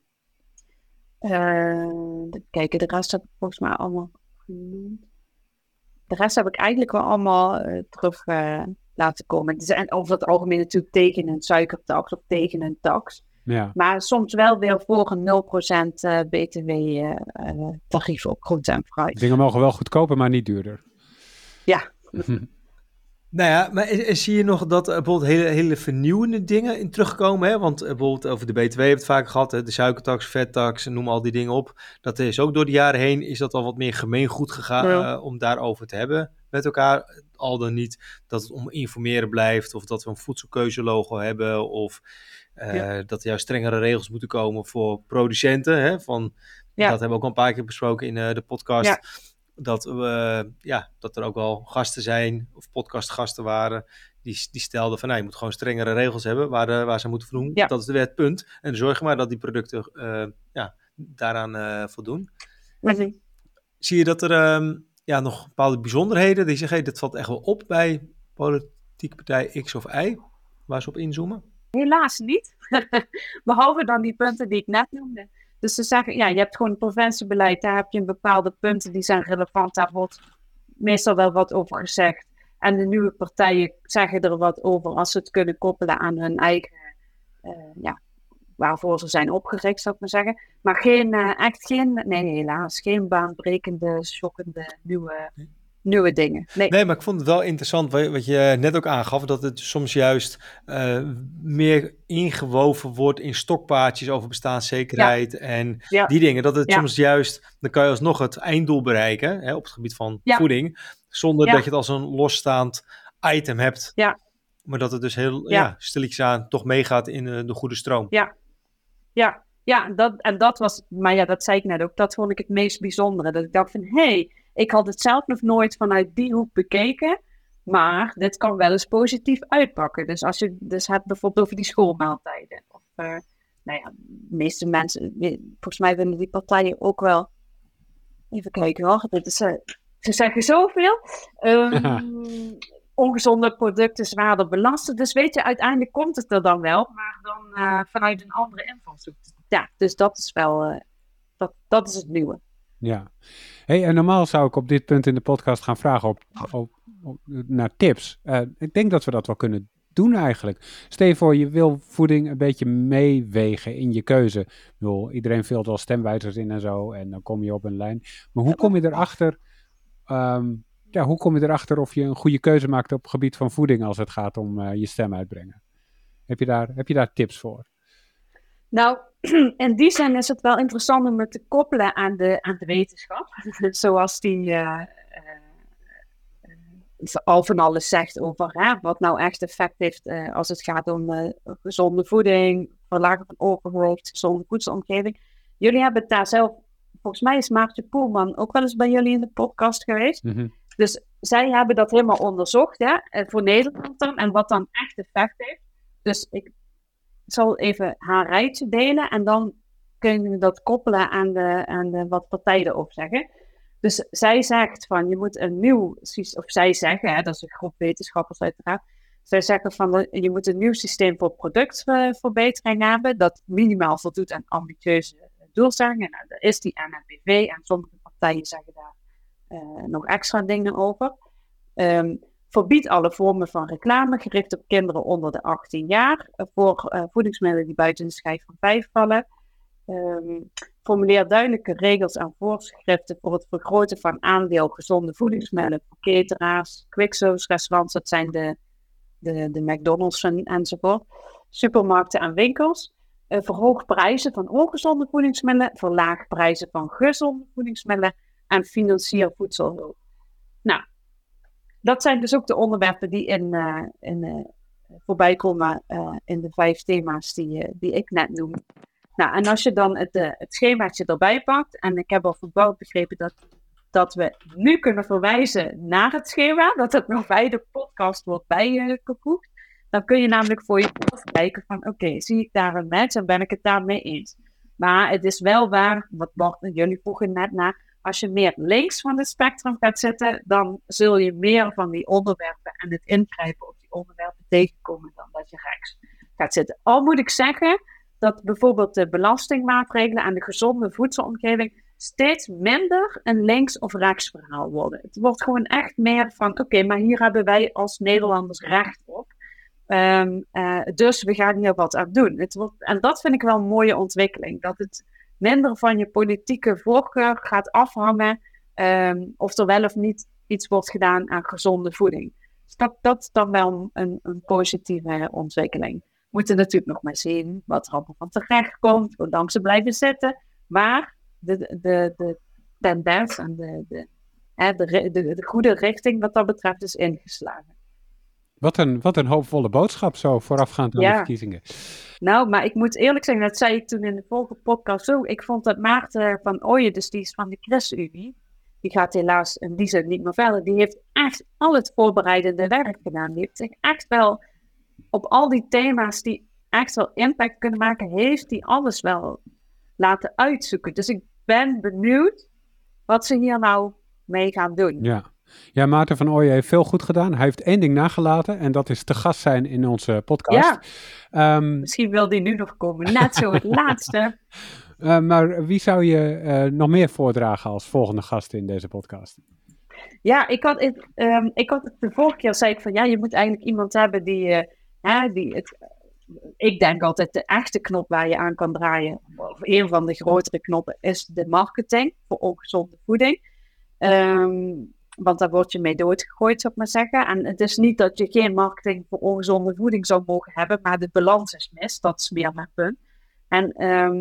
Kijken, de rest heb ik volgens mij allemaal genoemd. De rest heb ik eigenlijk wel allemaal terug laten komen. Ze zijn over het algemeen natuurlijk tegen een suikertax of tegen een tax. Ja. Maar soms wel weer voor een 0% BTW-tarief op groente en fruit. Dingen mogen wel goedkoper, maar niet duurder. Ja. Nou ja, maar zie je nog dat bijvoorbeeld hele vernieuwende dingen in terugkomen? Hè? Want bijvoorbeeld over de BTW hebben we het vaak gehad, hè? De suikertax, vettax, noem al die dingen op. Dat is ook door de jaren heen, is dat al wat meer gemeengoed gegaan om daarover te hebben met elkaar. Al dan niet dat het om informeren blijft of dat we een voedselkeuzelogo hebben of dat er juist strengere regels moeten komen voor producenten. Hè? Dat hebben we ook al een paar keer besproken in de podcast. Ja. Dat er ook wel gasten zijn, of podcastgasten waren, die stelden van, je moet gewoon strengere regels hebben waar ze moeten voldoen. Ja. Dat is de wet, punt. En zorg maar dat die producten daaraan voldoen. Mm-hmm. Zie je dat er nog bepaalde bijzonderheden, die zeggen, dat valt echt wel op bij politieke partij X of Y, waar ze op inzoomen? Helaas niet. Behalve dan die punten die ik net noemde. Dus ze zeggen, ja, je hebt gewoon een preventiebeleid, daar heb je een bepaalde punten die zijn relevant, daar wordt meestal wel wat over gezegd. En de nieuwe partijen zeggen er wat over als ze het kunnen koppelen aan hun eigen, waarvoor ze zijn opgericht, zou ik maar zeggen. Maar helaas, geen baanbrekende, schokkende nieuwe dingen. Nee, maar ik vond het wel interessant wat je net ook aangaf, dat het soms juist meer ingewoven wordt in stokpaardjes over bestaanszekerheid en die dingen. Dat het soms juist, dan kan je alsnog het einddoel bereiken, hè, op het gebied van voeding, zonder dat je het als een losstaand item hebt. Ja. Maar dat het dus heel stilletjes aan toch meegaat in de goede stroom. Dat was, maar dat zei ik net ook, dat vond ik het meest bijzondere. Dat ik dacht van, ik had het zelf nog nooit vanuit die hoek bekeken, maar dit kan wel eens positief uitpakken. Dus als je dus hebt bijvoorbeeld over die schoolmaaltijden. Of, de meeste mensen, volgens mij vinden die partijen ook wel, even kijken hoor, ze zeggen zoveel. Ongezonde producten zwaarder belasten. Dus weet je, uiteindelijk komt het er dan wel, maar dan vanuit een andere invalshoek. Ja, dus dat is wel, dat is het nieuwe. Ja. Hey, en normaal zou ik op dit punt in de podcast gaan vragen naar tips. Ik denk dat we dat wel kunnen doen eigenlijk. Stel je voor, je wil voeding een beetje meewegen in je keuze. Ik bedoel, iedereen vult wel stemwijzers in en zo, en dan kom je op een lijn. Maar hoe kom je erachter... hoe kom je erachter of je een goede keuze maakt op het gebied van voeding als het gaat om je stem uitbrengen? Heb je daar tips voor? Nou, in die zin is het wel interessant om het te koppelen aan de wetenschap. Zoals die al van alles zegt over wat nou echt effect heeft als het gaat om gezonde voeding, verlagen van overgewicht, gezonde voedselomgeving. Jullie hebben het daar zelf, volgens mij is Maartje Poelman ook wel eens bij jullie in de podcast geweest. Mm-hmm. Dus zij hebben dat helemaal onderzocht, voor Nederland dan, en wat dan echt effect heeft. Dus ik zal even haar rijtje delen en dan kunnen we dat koppelen aan de wat partijen erop zeggen. Dus zij zegt van, je moet een nieuw systeem, of zij zeggen, dat is een groep wetenschappers uiteraard, zij zeggen van, je moet een nieuw systeem voor productverbetering hebben, dat minimaal voldoet aan ambitieuze doelstellingen. Nou, dat is die NNBV en sommige partijen zeggen daar nog extra dingen over. Verbiedt alle vormen van reclame gericht op kinderen onder de 18 jaar voor voedingsmiddelen die buiten de schijf van 5 vallen. Formuleer duidelijke regels en voorschriften voor het vergroten van aandeel gezonde voedingsmiddelen voor cateraars, quick-service restaurants, dat zijn de McDonald's enzovoort, supermarkten en winkels. Verhoog prijzen van ongezonde voedingsmiddelen, verlaag prijzen van gezonde voedingsmiddelen en financier voedselhulp. Nou, dat zijn dus ook de onderwerpen die voorbij komen in de 5 thema's die ik net noemde. Nou, en als je dan het schemaatje erbij pakt, en ik heb al van Bout begrepen dat we nu kunnen verwijzen naar het schema, dat het nog bij de podcast wordt bijgevoegd, dan kun je namelijk voor jezelf kijken van, oké, zie ik daar een match en ben ik het daarmee eens? Maar het is wel waar, wat Bart en jullie vroegen net naar, als je meer links van het spectrum gaat zitten, dan zul je meer van die onderwerpen en het ingrijpen op die onderwerpen tegenkomen dan dat je rechts gaat zitten. Al moet ik zeggen dat bijvoorbeeld de belastingmaatregelen en de gezonde voedselomgeving steeds minder een links of rechts verhaal worden. Het wordt gewoon echt meer van, oké, maar hier hebben wij als Nederlanders recht op. Dus we gaan hier wat aan doen. En dat vind ik wel een mooie ontwikkeling. Dat het minder van je politieke voorkeur gaat afhangen of er wel of niet iets wordt gedaan aan gezonde voeding. Dus dat is dan wel een positieve ontwikkeling. We moeten natuurlijk nog maar zien wat er allemaal van terecht komt, hoe lang ze blijven zitten. Maar de tendens en de goede richting wat dat betreft is ingeslagen. Wat een hoopvolle boodschap zo voorafgaand aan de verkiezingen. Nou, maar ik moet eerlijk zeggen, dat zei ik toen in de vorige podcast zo. Ik vond dat Maarten van Ooyen, dus die is van de ChristenUnie, die gaat helaas in die zin niet meer verder. Die heeft echt al het voorbereidende werk gedaan. Die heeft zich echt wel op al die thema's die echt wel impact kunnen maken, heeft die alles wel laten uitzoeken. Dus ik ben benieuwd wat ze hier nou mee gaan doen. Ja, Maarten van Ooyen heeft veel goed gedaan. Hij heeft 1 ding nagelaten en dat is te gast zijn in onze podcast. Misschien wil die nu nog komen. Net zo het laatste. Maar wie zou je nog meer voordragen als volgende gast in deze podcast? Ja, ik had het de vorige keer zei ik van ja, je moet eigenlijk iemand hebben ik denk altijd de echte knop waar je aan kan draaien, of een van de grotere knoppen, is de marketing voor ongezonde voeding. Want daar word je mee doodgegooid, zou ik maar zeggen. En het is niet dat je geen marketing voor ongezonde voeding zou mogen hebben, maar de balans is mis. Dat is meer mijn punt. En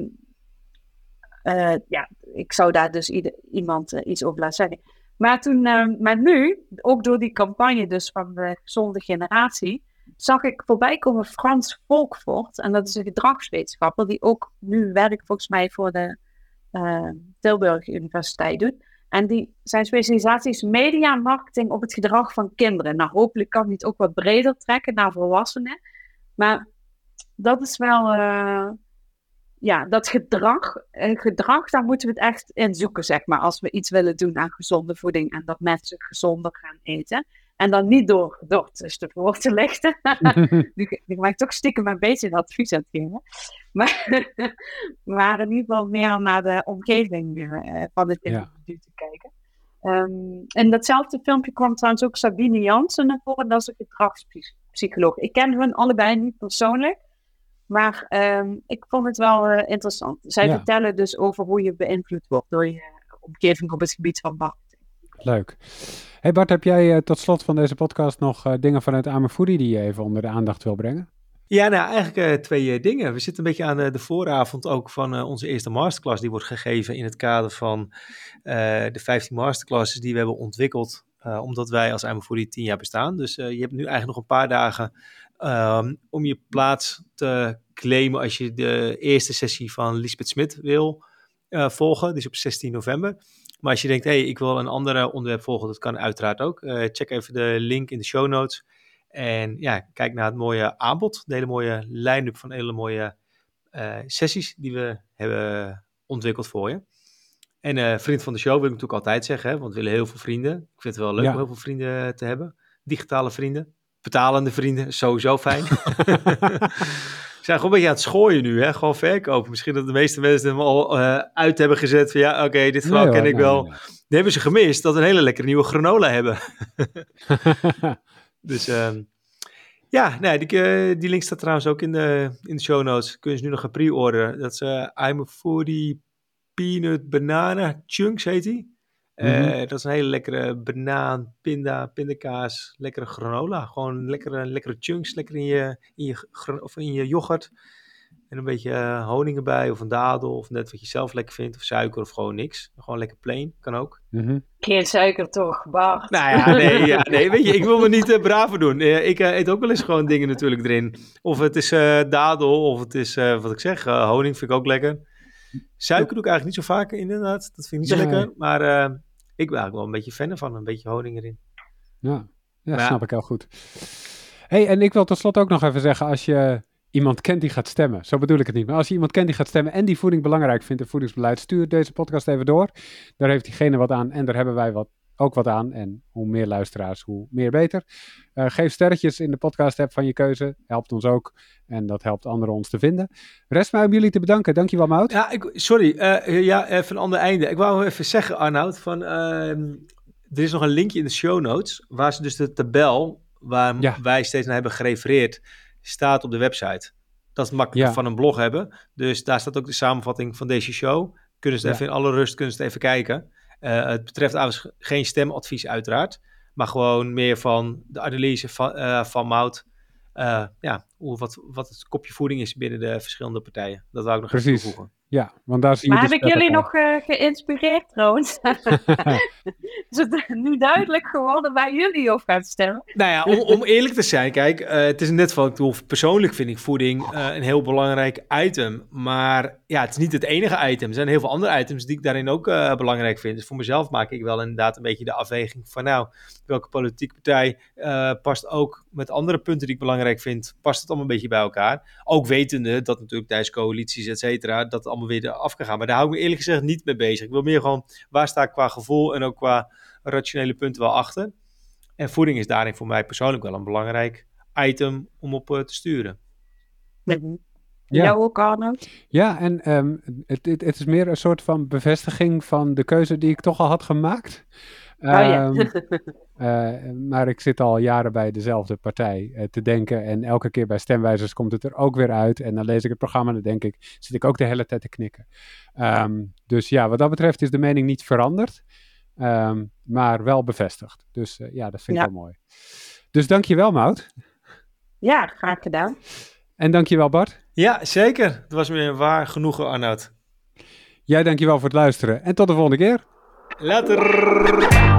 ik zou daar dus iemand iets over laten zeggen. Maar maar nu, ook door die campagne dus van de gezonde generatie, zag ik voorbij komen Frans Volkvoort. En dat is een gedragswetenschapper die ook nu werk volgens mij voor de Tilburg Universiteit doet. En zijn specialisatie is media en marketing op het gedrag van kinderen. Nou, hopelijk kan hij het ook wat breder trekken naar volwassenen. Maar dat is wel... dat gedrag, daar moeten we het echt in zoeken, zeg maar. Als we iets willen doen aan gezonde voeding en dat mensen gezonder gaan eten. En dan niet door tussendoor te lichten. Nu maak ik toch stiekem een beetje een advies aan het geven. Maar in ieder geval meer naar de omgeving van het individu te kijken. In datzelfde filmpje kwam trouwens ook Sabine Jansen naar voren. Dat is een gedragspsycholoog. Ik ken hun allebei niet persoonlijk. Maar ik vond het wel interessant. Zij vertellen dus over hoe je beïnvloed wordt door je omgeving op het gebied van marketing. Leuk. Hey Bart, heb jij tot slot van deze podcast nog dingen vanuit Amerfoodie die je even onder de aandacht wil brengen? Ja, nou eigenlijk 2 dingen. We zitten een beetje aan de vooravond ook van onze eerste masterclass. Die wordt gegeven in het kader van de 15 masterclasses die we hebben ontwikkeld. Omdat wij als Amerfoodie 10 jaar bestaan. Dus je hebt nu eigenlijk nog een paar dagen om je plaats te claimen als je de eerste sessie van Liesbeth Smit wil volgen. Die is op 16 november. Maar als je denkt, ik wil een ander onderwerp volgen, dat kan uiteraard ook. Check even de link in de show notes. En kijk naar het mooie aanbod. De hele mooie line-up van hele mooie sessies die we hebben ontwikkeld voor je. En vriend van de show wil ik natuurlijk altijd zeggen, want we willen heel veel vrienden. Ik vind het wel leuk om heel veel vrienden te hebben. Digitale vrienden. Betalende vrienden, sowieso fijn. We zijn gewoon een beetje aan het schooien nu, hè? Gewoon verkopen. Misschien dat de meeste mensen hem al uit hebben gezet van dit verhaal ken ik wel. Dan hebben ze gemist dat we een hele lekkere nieuwe granola hebben. Dus die link staat trouwens ook in de show notes. Kun je ze nu nog gaan pre-orderen. Dat is Amerfoodie Peanut Banana Chunks heet die. Dat is een hele lekkere banaan, pindakaas, lekkere granola. Gewoon lekkere chunks, lekker in je yoghurt. En een beetje honing erbij, of een dadel, of net wat je zelf lekker vindt, of suiker, of gewoon niks. Gewoon lekker plain, kan ook. Geen suiker toch, Bart? Nou ja, nee, weet je, ik wil me niet braver doen. Ik eet ook wel eens gewoon dingen natuurlijk erin. Of het is dadel, of het is, wat ik zeg, honing vind ik ook lekker. Suiker doe ik eigenlijk niet zo vaak, inderdaad. Dat vind ik niet zo lekker. Maar ik ben eigenlijk wel een beetje fan ervan. Een beetje honing erin. Ja, snap ik heel goed. Hey, en ik wil tot slot ook nog even zeggen, als je iemand kent die gaat stemmen, zo bedoel ik het niet, maar als je iemand kent die gaat stemmen en die voeding belangrijk vindt in voedingsbeleid, stuur deze podcast even door. Daar heeft diegene wat aan en daar hebben wij ook wat aan. En hoe meer luisteraars, hoe meer beter. Geef sterretjes in de podcast-app van je keuze. Helpt ons ook. En dat helpt anderen ons te vinden. Rest mij om jullie te bedanken. Dankjewel, Maud. Ja, sorry. Even een ander einde. Ik wou even zeggen, Arnoud, er is nog een linkje in de show notes, waar ze dus de tabel, waar wij steeds naar hebben gerefereerd, staat op de website. Dat is makkelijker van een blog hebben. Dus daar staat ook de samenvatting van deze show. Kunnen ze even in alle rust even kijken. Het betreft geen stemadvies uiteraard, maar gewoon meer van de analyse van Maud. Wat het kopje voeding is binnen de verschillende partijen. Dat wou ik nog even toevoegen. Ja, want daar zie je. Maar heb ik jullie nog geïnspireerd trouwens? Is het nu duidelijk geworden waar jullie over gaan stemmen? Nou ja, om eerlijk te zijn, kijk, het is net van, persoonlijk vind ik voeding een heel belangrijk item. Maar ja, het is niet het enige item. Er zijn heel veel andere items die ik daarin ook belangrijk vind. Dus voor mezelf maak ik wel inderdaad een beetje de afweging van, welke politieke partij past ook met andere punten die ik belangrijk vind, past het allemaal een beetje bij elkaar. Ook wetende dat natuurlijk tijdens coalities, et cetera, dat allemaal weer af kan gaan. Maar daar hou ik me eerlijk gezegd niet mee bezig. Ik wil meer gewoon, waar sta ik qua gevoel en ook qua rationele punten wel achter. En voeding is daarin voor mij persoonlijk wel een belangrijk item om op te sturen. Jou ook, Arnoud? Ja, en het is meer een soort van bevestiging van de keuze die ik toch al had gemaakt. Maar ik zit al jaren bij dezelfde partij te denken. En elke keer bij stemwijzers komt het er ook weer uit. En dan lees ik het programma en dan denk ik, zit ik ook de hele tijd te knikken. Dus ja, wat dat betreft is de mening niet veranderd. Maar wel bevestigd. Dus dat vind ik wel mooi. Dus dankjewel, Maud. Ja, graag gedaan. En dankjewel, Bart. Ja, zeker. Het was weer een waar genoegen, Arnoud. Jij dankjewel voor het luisteren. En tot de volgende keer. Later.